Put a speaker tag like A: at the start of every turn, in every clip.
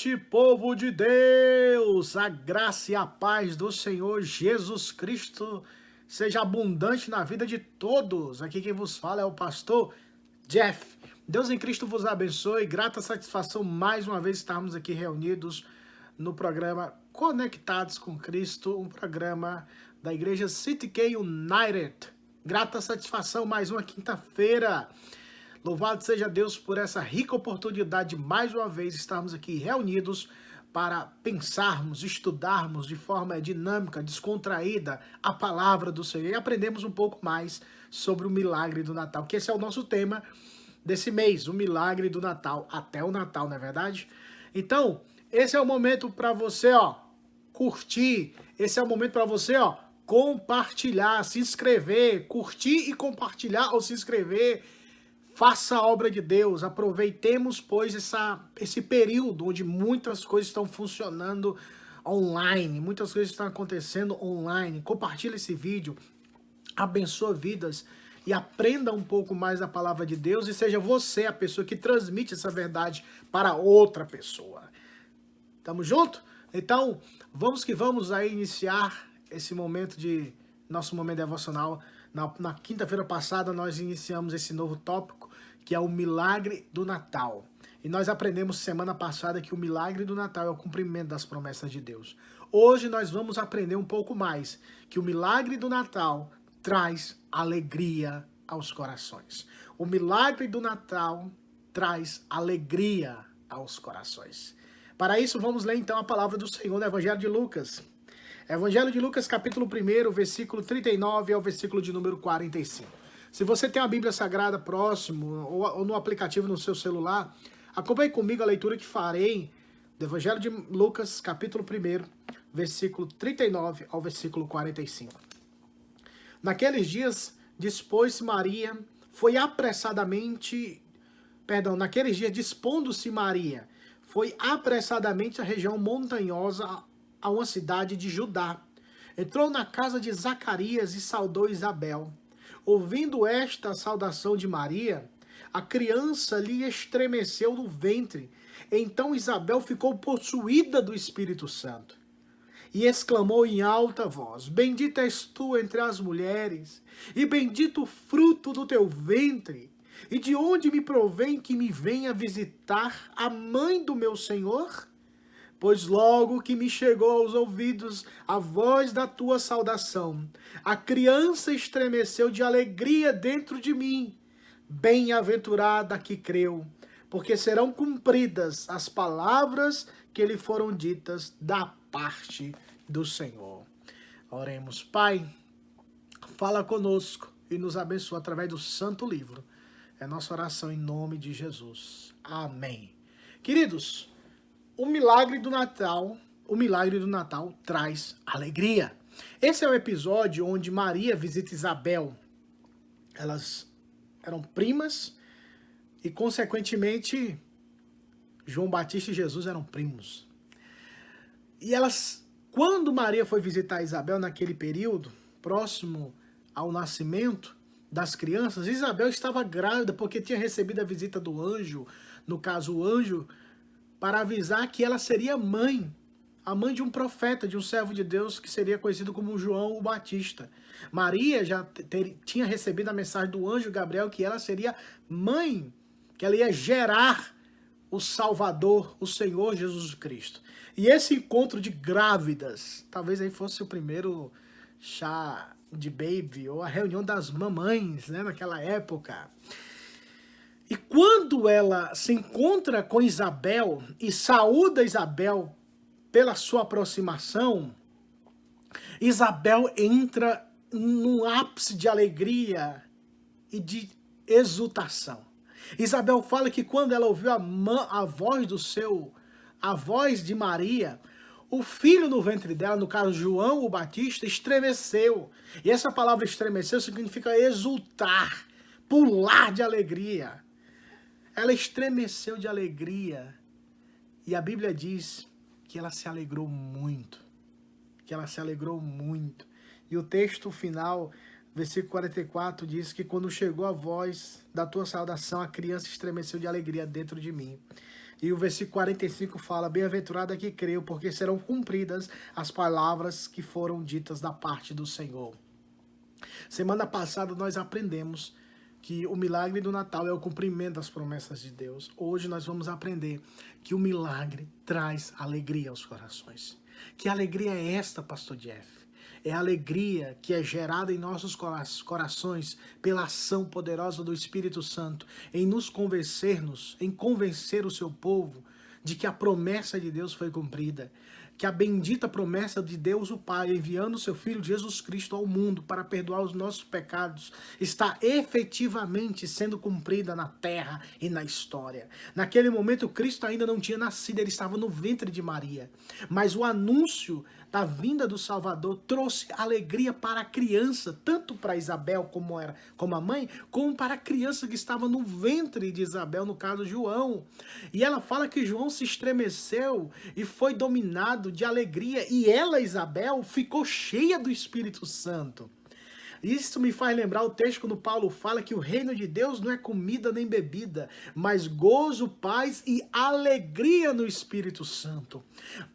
A: noite, povo de Deus! A graça e a paz do Senhor Jesus Cristo seja abundante na vida de todos. Aqui quem vos fala é o pastor Jeff. Deus em Cristo vos abençoe. Grata satisfação mais uma vez estarmos aqui reunidos no programa Conectados com Cristo, um programa da igreja City K United. Grata satisfação mais uma quinta-feira. Louvado seja Deus por essa rica oportunidade de mais uma vez estarmos aqui reunidos para pensarmos, estudarmos de forma dinâmica, descontraída a palavra do Senhor e aprendemos um pouco mais sobre o milagre do Natal, que esse é o nosso tema desse mês, o milagre do Natal, até o Natal, não é verdade? Então, esse é o momento para você, curtir, esse é o momento para você, compartilhar, se inscrever, curtir e compartilhar ou se inscrever. Faça a obra de Deus, aproveitemos, pois, esse período onde muitas coisas estão funcionando online, muitas coisas estão acontecendo online. Compartilhe esse vídeo, abençoe vidas e aprenda um pouco mais da palavra de Deus e seja você a pessoa que transmite essa verdade para outra pessoa. Tamo junto? Então, vamos que vamos aí iniciar esse momento nosso momento devocional. Na quinta-feira passada nós iniciamos esse novo tópico, que é o milagre do Natal. E nós aprendemos semana passada que o milagre do Natal é o cumprimento das promessas de Deus. Hoje nós vamos aprender um pouco mais, que o milagre do Natal traz alegria aos corações. O milagre do Natal traz alegria aos corações. Para isso, vamos ler então a palavra do Senhor no Evangelho de Lucas. Evangelho de Lucas, capítulo 1, versículo 39 ao versículo de número 45. Se você tem a Bíblia Sagrada próximo ou no aplicativo no seu celular, acompanhe comigo a leitura que farei do Evangelho de Lucas, capítulo 1, versículo 39 ao versículo 45. Naqueles dias, dispondo-se Maria, foi apressadamente à região montanhosa a uma cidade de Judá. Entrou na casa de Zacarias e saudou Isabel. Ouvindo esta saudação de Maria, a criança lhe estremeceu no ventre. Então Isabel ficou possuída do Espírito Santo e exclamou em alta voz: Bendita és tu entre as mulheres, e bendito o fruto do teu ventre. E de onde me provém que me venha visitar a mãe do meu Senhor? Pois logo que me chegou aos ouvidos a voz da tua saudação, a criança estremeceu de alegria dentro de mim. Bem-aventurada que creu, porque serão cumpridas as palavras que lhe foram ditas da parte do Senhor. Oremos. Pai, fala conosco e nos abençoa através do santo livro. É nossa oração em nome de Jesus. Amém. Queridos, o milagre do Natal traz alegria. Esse é o episódio onde Maria visita Isabel. Elas eram primas e, consequentemente, João Batista e Jesus eram primos. E quando Maria foi visitar Isabel naquele período, próximo ao nascimento das crianças, Isabel estava grávida porque tinha recebido a visita do anjo, no caso o anjo, para avisar que ela seria mãe, a mãe de um profeta, de um servo de Deus que seria conhecido como João o Batista. Maria já tinha recebido a mensagem do anjo Gabriel que ela seria mãe, que ela ia gerar o Salvador, o Senhor Jesus Cristo. E esse encontro de grávidas, talvez aí fosse o primeiro chá de baby, ou a reunião das mamães, né, naquela época. E quando ela se encontra com Isabel e saúda Isabel pela sua aproximação, Isabel entra num ápice de alegria e de exultação. Isabel fala que quando ela ouviu a voz de Maria, o filho no ventre dela, no caso João o Batista, estremeceu. E essa palavra estremeceu significa exultar, pular de alegria. Ela estremeceu de alegria. E a Bíblia diz que ela se alegrou muito. E o texto final, versículo 44, diz que quando chegou a voz da tua saudação, a criança estremeceu de alegria dentro de mim. E o versículo 45 fala: bem-aventurada que creu, porque serão cumpridas as palavras que foram ditas da parte do Senhor. Semana passada nós aprendemos que o milagre do Natal é o cumprimento das promessas de Deus. Hoje nós vamos aprender que o milagre traz alegria aos corações. Que alegria é esta, Pastor Jeff? É a alegria que é gerada em nossos corações pela ação poderosa do Espírito Santo em nos convencer-nos, em convencer o seu povo de que a promessa de Deus foi cumprida, que a bendita promessa de Deus o Pai, enviando o seu Filho Jesus Cristo ao mundo para perdoar os nossos pecados, está efetivamente sendo cumprida na terra e na história. Naquele momento, Cristo ainda não tinha nascido, ele estava no ventre de Maria. Mas o anúncio da vinda do Salvador trouxe alegria para a criança, tanto para Isabel, como a mãe, como para a criança que estava no ventre de Isabel, no caso João. E ela fala que João se estremeceu e foi dominado de alegria, e ela, Isabel, ficou cheia do Espírito Santo. Isso me faz lembrar o texto quando Paulo fala que o reino de Deus não é comida nem bebida, mas gozo, paz e alegria no Espírito Santo.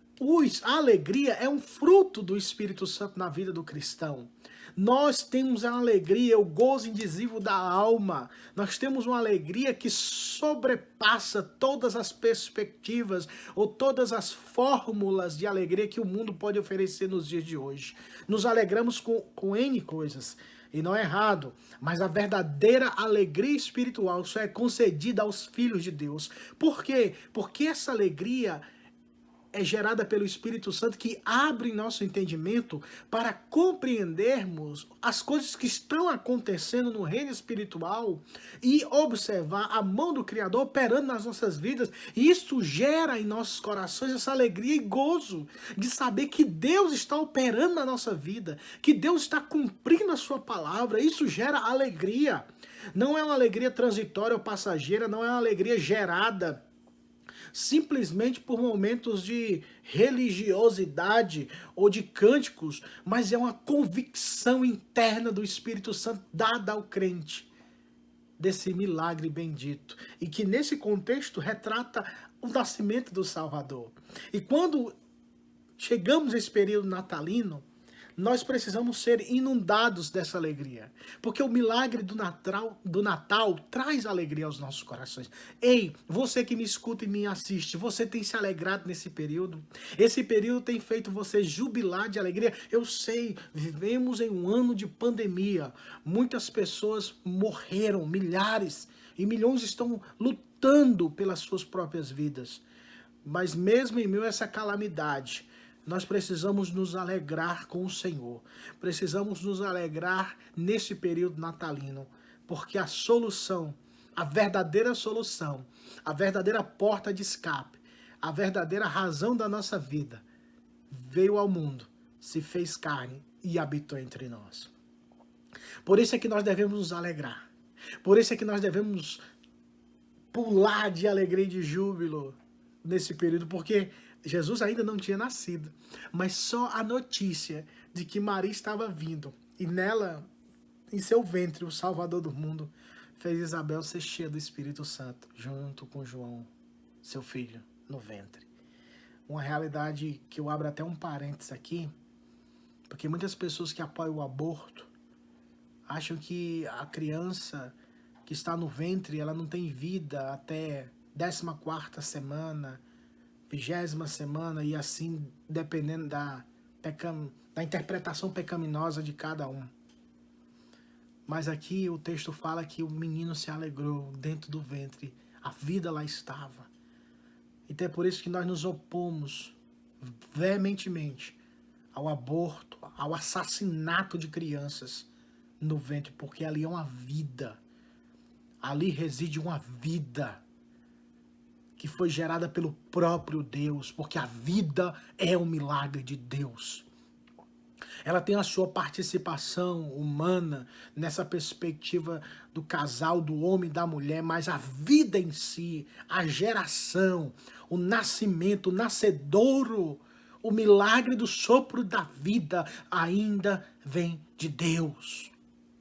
A: A alegria é um fruto do Espírito Santo na vida do cristão. Nós temos a alegria, o gozo indizível da alma. Nós temos uma alegria que sobrepassa todas as perspectivas ou todas as fórmulas de alegria que o mundo pode oferecer nos dias de hoje. Nos alegramos com N coisas. E não é errado, mas a verdadeira alegria espiritual só é concedida aos filhos de Deus. Por quê? Porque essa alegria é gerada pelo Espírito Santo, que abre nosso entendimento para compreendermos as coisas que estão acontecendo no reino espiritual e observar a mão do Criador operando nas nossas vidas. E isso gera em nossos corações essa alegria e gozo de saber que Deus está operando na nossa vida, que Deus está cumprindo a sua palavra. Isso gera alegria. Não é uma alegria transitória ou passageira, não é uma alegria gerada simplesmente por momentos de religiosidade ou de cânticos, mas é uma convicção interna do Espírito Santo dada ao crente desse milagre bendito, e que nesse contexto retrata o nascimento do Salvador. E quando chegamos a esse período natalino, nós precisamos ser inundados dessa alegria, porque o milagre do Natal traz alegria aos nossos corações. Ei, você que me escuta e me assiste, você tem se alegrado nesse período? Esse período tem feito você jubilar de alegria? Eu sei, vivemos em um ano de pandemia, muitas pessoas morreram, milhares, e milhões estão lutando pelas suas próprias vidas. Mas mesmo em meio a essa calamidade, nós precisamos nos alegrar com o Senhor. Precisamos nos alegrar nesse período natalino, porque a solução, a verdadeira solução, a verdadeira porta de escape, a verdadeira razão da nossa vida, veio ao mundo, se fez carne e habitou entre nós. Por isso é que nós devemos nos alegrar. Por isso é que nós devemos pular de alegria e de júbilo nesse período, porque Jesus ainda não tinha nascido, mas só a notícia de que Maria estava vindo e nela, em seu ventre, o Salvador do mundo, fez Isabel ser cheia do Espírito Santo, junto com João, seu filho, no ventre. Uma realidade que eu abro até um parênteses aqui, porque muitas pessoas que apoiam o aborto acham que a criança que está no ventre, ela não tem vida até 14ª semana, 20ª semana, e assim, dependendo da interpretação pecaminosa de cada um. Mas aqui o texto fala que o menino se alegrou dentro do ventre, a vida lá estava. Então é por isso que nós nos opomos veementemente ao aborto, ao assassinato de crianças no ventre, porque ali é uma vida, ali reside uma vida que foi gerada pelo próprio Deus, porque a vida é um milagre de Deus. Ela tem a sua participação humana nessa perspectiva do casal, do homem e da mulher, mas a vida em si, a geração, o nascimento, o nascedouro, o milagre do sopro da vida ainda vem de Deus.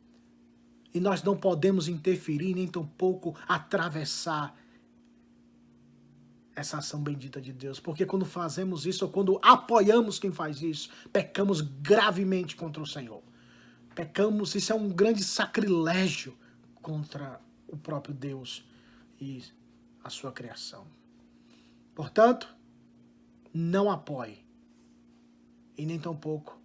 A: E nós não podemos interferir, nem tampouco atravessar essa ação bendita de Deus. Porque quando fazemos isso, ou quando apoiamos quem faz isso, pecamos gravemente contra o Senhor. Pecamos, isso é um grande sacrilégio contra o próprio Deus e a sua criação. Portanto, não apoie. E nem tampouco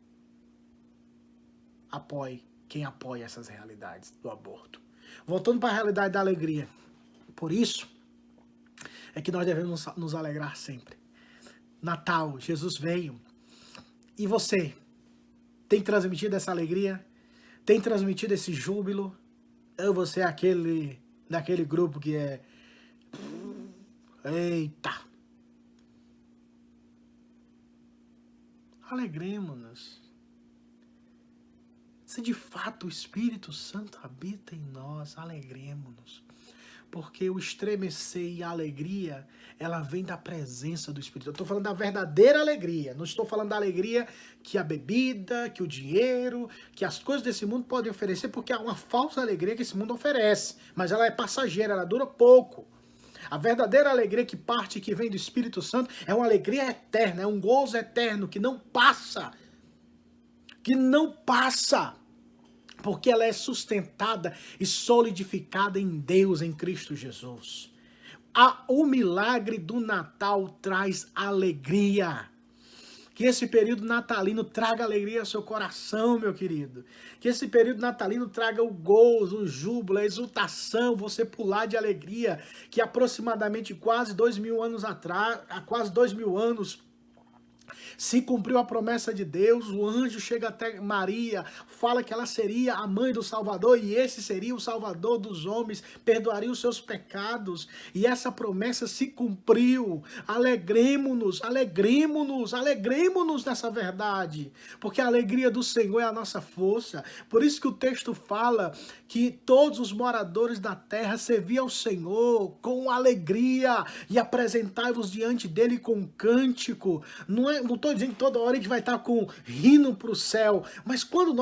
A: apoie quem apoia essas realidades do aborto. Voltando para a realidade da alegria. Por isso é que nós devemos nos alegrar sempre. Natal, Jesus veio. E você tem transmitido essa alegria? Tem transmitido esse júbilo? Ou você é daquele grupo que é... Eita! Alegremos-nos. Se de fato o Espírito Santo habita em nós, alegremos-nos. Porque o estremecer e a alegria, ela vem da presença do Espírito. Eu estou falando da verdadeira alegria. Não estou falando da alegria que a bebida, que o dinheiro, que as coisas desse mundo podem oferecer, porque há uma falsa alegria que esse mundo oferece. Mas ela é passageira, ela dura pouco. A verdadeira alegria que parte e que vem do Espírito Santo é uma alegria eterna, é um gozo eterno que não passa. Que não passa. Porque ela é sustentada e solidificada em Deus, em Cristo Jesus. O milagre do Natal traz alegria. Que esse período natalino traga alegria ao seu coração, meu querido. Que esse período natalino traga o gozo, o júbilo, a exultação, você pular de alegria. Que aproximadamente quase 2000 anos atrás, há quase 2000 anos, se cumpriu a promessa de Deus, o anjo chega até Maria, fala que ela seria a mãe do Salvador e esse seria o Salvador dos homens, perdoaria os seus pecados. E essa promessa se cumpriu. Alegremo-nos, alegremo-nos, alegremo-nos nessa verdade, porque a alegria do Senhor é a nossa força. Por isso que o texto fala que todos os moradores da terra serviam ao Senhor com alegria e apresentai-vos diante dele com cântico. Não estou dizendo que toda hora a gente vai estar com rindo para o céu, mas quando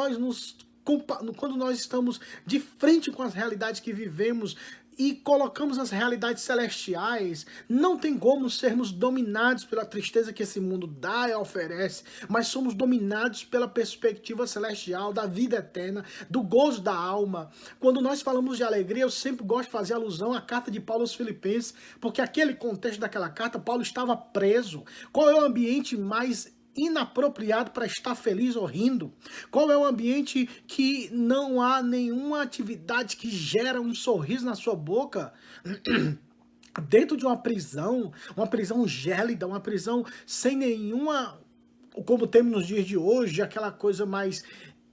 A: nós estamos de frente com as realidades que vivemos e colocamos as realidades celestiais, não tem como sermos dominados pela tristeza que esse mundo dá e oferece, mas somos dominados pela perspectiva celestial, da vida eterna, do gozo da alma. Quando nós falamos de alegria, eu sempre gosto de fazer alusão à carta de Paulo aos Filipenses, porque aquele contexto daquela carta, Paulo estava preso. Qual é o ambiente mais inapropriado para estar feliz ou rindo? Qual é o ambiente que não há nenhuma atividade que gera um sorriso na sua boca? Dentro de uma prisão gélida, uma prisão sem nenhuma, como temos nos dias de hoje, aquela coisa mais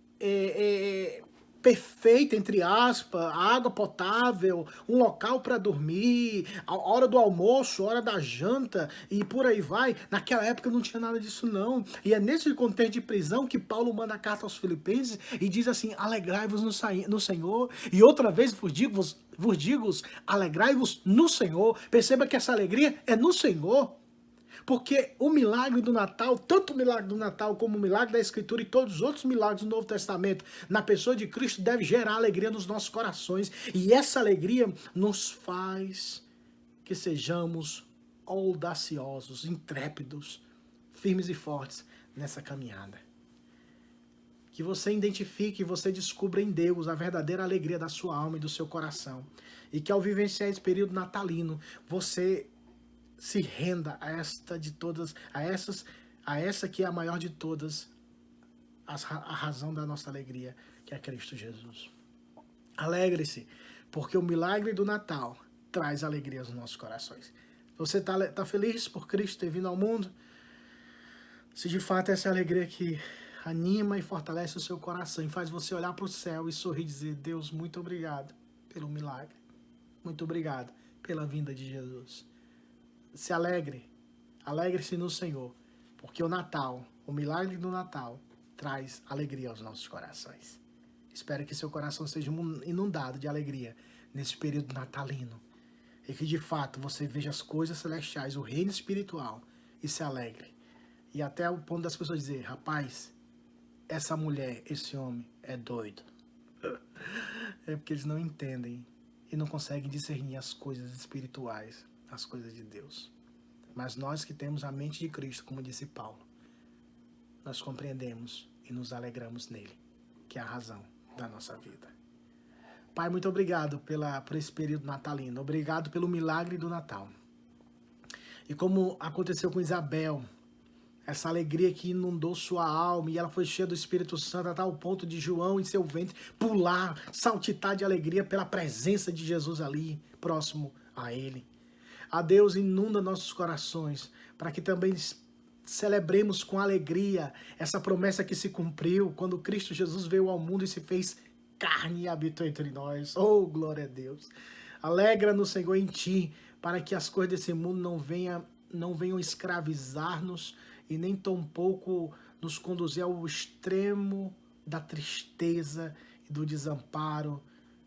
A: perfeita, entre aspas, água potável, um local para dormir, a hora do almoço, a hora da janta e por aí vai. Naquela época não tinha nada disso não. E é nesse contexto de prisão que Paulo manda a carta aos Filipenses e diz assim: alegrai-vos no Senhor. E outra vez vos digo, alegrai-vos no Senhor. Perceba que essa alegria é no Senhor. Porque o milagre do Natal, tanto o milagre do Natal como o milagre da Escritura e todos os outros milagres do Novo Testamento, na pessoa de Cristo, deve gerar alegria nos nossos corações. E essa alegria nos faz que sejamos audaciosos, intrépidos, firmes e fortes nessa caminhada. Que você identifique e você descubra em Deus a verdadeira alegria da sua alma e do seu coração. E que ao vivenciar esse período natalino, você se renda a essa que é a maior de todas, a razão da nossa alegria, que é Cristo Jesus. Alegre-se, porque o milagre do Natal traz alegria aos nossos corações. Você tá feliz por Cristo ter vindo ao mundo? Se de fato essa alegria que anima e fortalece o seu coração e faz você olhar para o céu e sorrir e dizer: Deus, muito obrigado pelo milagre. Muito obrigado pela vinda de Jesus. Se alegre, alegre-se no Senhor, porque o Natal, o milagre do Natal, traz alegria aos nossos corações. Espero que seu coração seja inundado de alegria nesse período natalino e que de fato você veja as coisas celestiais, o reino espiritual e se alegre. E até o ponto das pessoas dizer: rapaz, essa mulher, esse homem é doido. É porque eles não entendem e não conseguem discernir as coisas espirituais, as coisas de Deus. Mas nós que temos a mente de Cristo, como disse Paulo, nós compreendemos e nos alegramos nele, que é a razão da nossa vida. Pai, muito obrigado por esse período natalino. Obrigado pelo milagre do Natal. E como aconteceu com Isabel, essa alegria que inundou sua alma e ela foi cheia do Espírito Santo a tal ponto de João em seu ventre pular, saltitar de alegria pela presença de Jesus ali, próximo a ele. A Deus, inunda nossos corações para que também celebremos com alegria essa promessa que se cumpriu quando Cristo Jesus veio ao mundo e se fez carne e habitou entre nós. Oh, glória a Deus! Alegra-nos, Senhor, em Ti, para que as coisas desse mundo não venham escravizar-nos e nem tampouco nos conduzir ao extremo da tristeza e do desamparo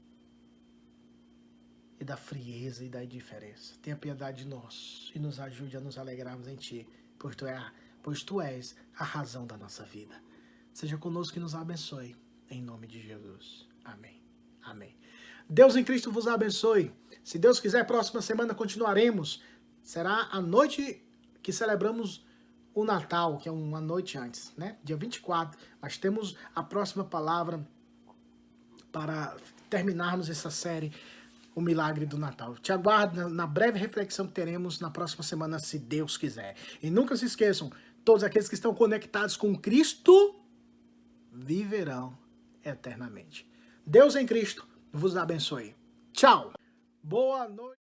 A: e da frieza e da indiferença. Tenha piedade de nós e nos ajude a nos alegrarmos em Ti, pois Tu és a razão da nossa vida. Seja conosco e nos abençoe, em nome de Jesus. Amém. Amém. Deus em Cristo vos abençoe. Se Deus quiser, próxima semana continuaremos. Será a noite que celebramos o Natal, que é uma noite antes, né? Dia 24. Mas temos a próxima palavra para terminarmos essa série, o milagre do Natal. Te aguardo na breve reflexão que teremos na próxima semana, se Deus quiser. E nunca se esqueçam, todos aqueles que estão conectados com Cristo viverão eternamente. Deus em Cristo vos abençoe. Tchau. Boa noite.